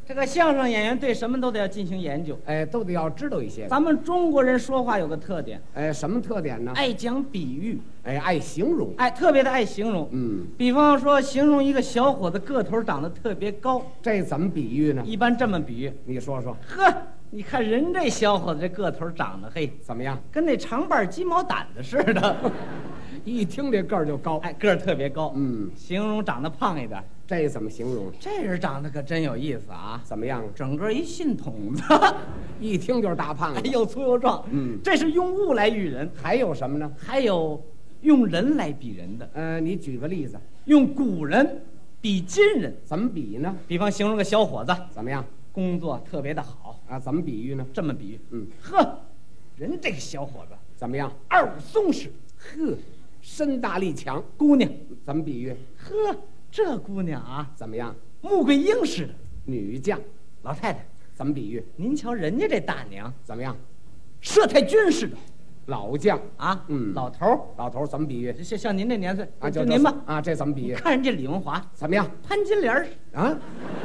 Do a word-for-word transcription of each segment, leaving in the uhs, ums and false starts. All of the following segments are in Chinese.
这个相声演员对什么都得要进行研究。 哎，都得要知道一些。 咱们中国人说话有个特点， 哎，什么特点呢？ 爱讲比喻， 哎，爱形容。 哎，特别的爱形容。 嗯， 比方说，形容一个小伙子个头长得特别高， 这怎么比喻呢？ 一般这么比喻： 你说说， 呵，你看人这小伙子这个头长得嘿， 怎么样？ 跟那长瓣鸡毛掸子似的。 一听这个儿就高。 哎，个儿特别高。 嗯， 形容长得胖一点， 这怎么形容？ 这人长得可真有意思啊！ 怎么样？ 整个一信筒子， 一听就是大胖子， 哎，又粗又壮。 嗯， 这是用物来喻人。 还有什么呢？ 还有用人来比人的， 呃，你举个例子。 用古人比今人， 怎么比呢？ 比方形容个小伙子怎么样？ 工作特别的好啊，怎么比喻呢？ 这么比喻， 嗯， 呵，人这个小伙子怎么样？ 二五松实， 呵，身大力强。 姑娘， 怎么比喻？ 呵，这姑娘啊， 怎么样？ 穆桂英似的。 女将。 老太太， 怎么比喻？ 您瞧人家这大娘， 怎么样？ 佘太君似的。 老将啊， 嗯， 老头儿， 老头儿怎么比喻？ 像像您这年岁啊， 就您吧。 啊，这怎么比喻？ 看人家李文华怎么样？ 潘金莲啊，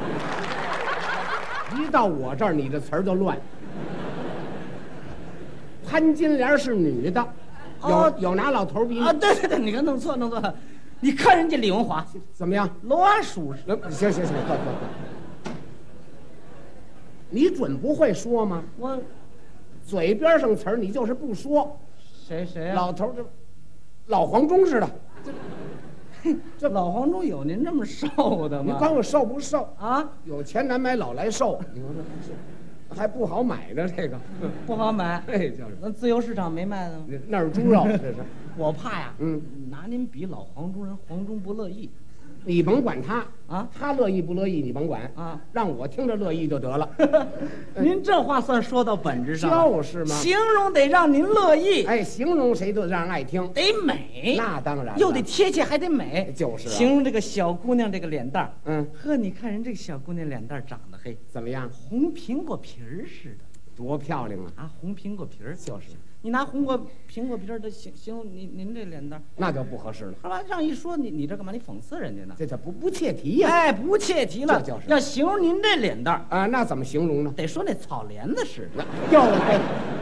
一到我这儿，你这词儿就乱。潘金莲是女的，有、 哦、 有拿老头比啊？对对对，你看弄错弄错，你看人家李文华怎么样？ 罗阿叔似的。行行行，快快快！你准不会说吗？ 我嘴边上词儿你就是不说。 谁谁啊？ 老头就老黄忠似的。 这这老黄忠有您这么瘦的吗？ 你管我瘦不瘦啊？ 有钱难买老来瘦，你说这还不好买呢，这个不好买。 哎，就是那自由市场没卖的吗？ 那是猪肉，这是。 我怕呀， 嗯， 拿您比老黄忠人，黄忠不乐意。 你甭管他啊， 他乐意不乐意你甭管啊， 让我听着乐意就得了。 您这话算说到本质上， 就是嘛。 形容得让您乐意， 哎，形容谁都让人爱听， 得美， 那当然， 又得贴切，还得美， 就是、啊、 形容这个小姑娘这个脸蛋儿， 嗯， 呵，你看人这个小姑娘脸蛋儿长得嘿， 怎么样？ 红苹果皮儿似的， 多漂亮啊！ 啊，红苹果皮儿， 就是。 你拿红果苹果皮儿的形形容您您这脸蛋儿， 那就不合适了。 是吧？让一说你你这干嘛？你讽刺人家呢？ 这叫不不切题呀、啊！ 哎，不切题了。 就是要形容您这脸蛋儿啊，那怎么形容呢？ 得说那草帘子似的。 又来。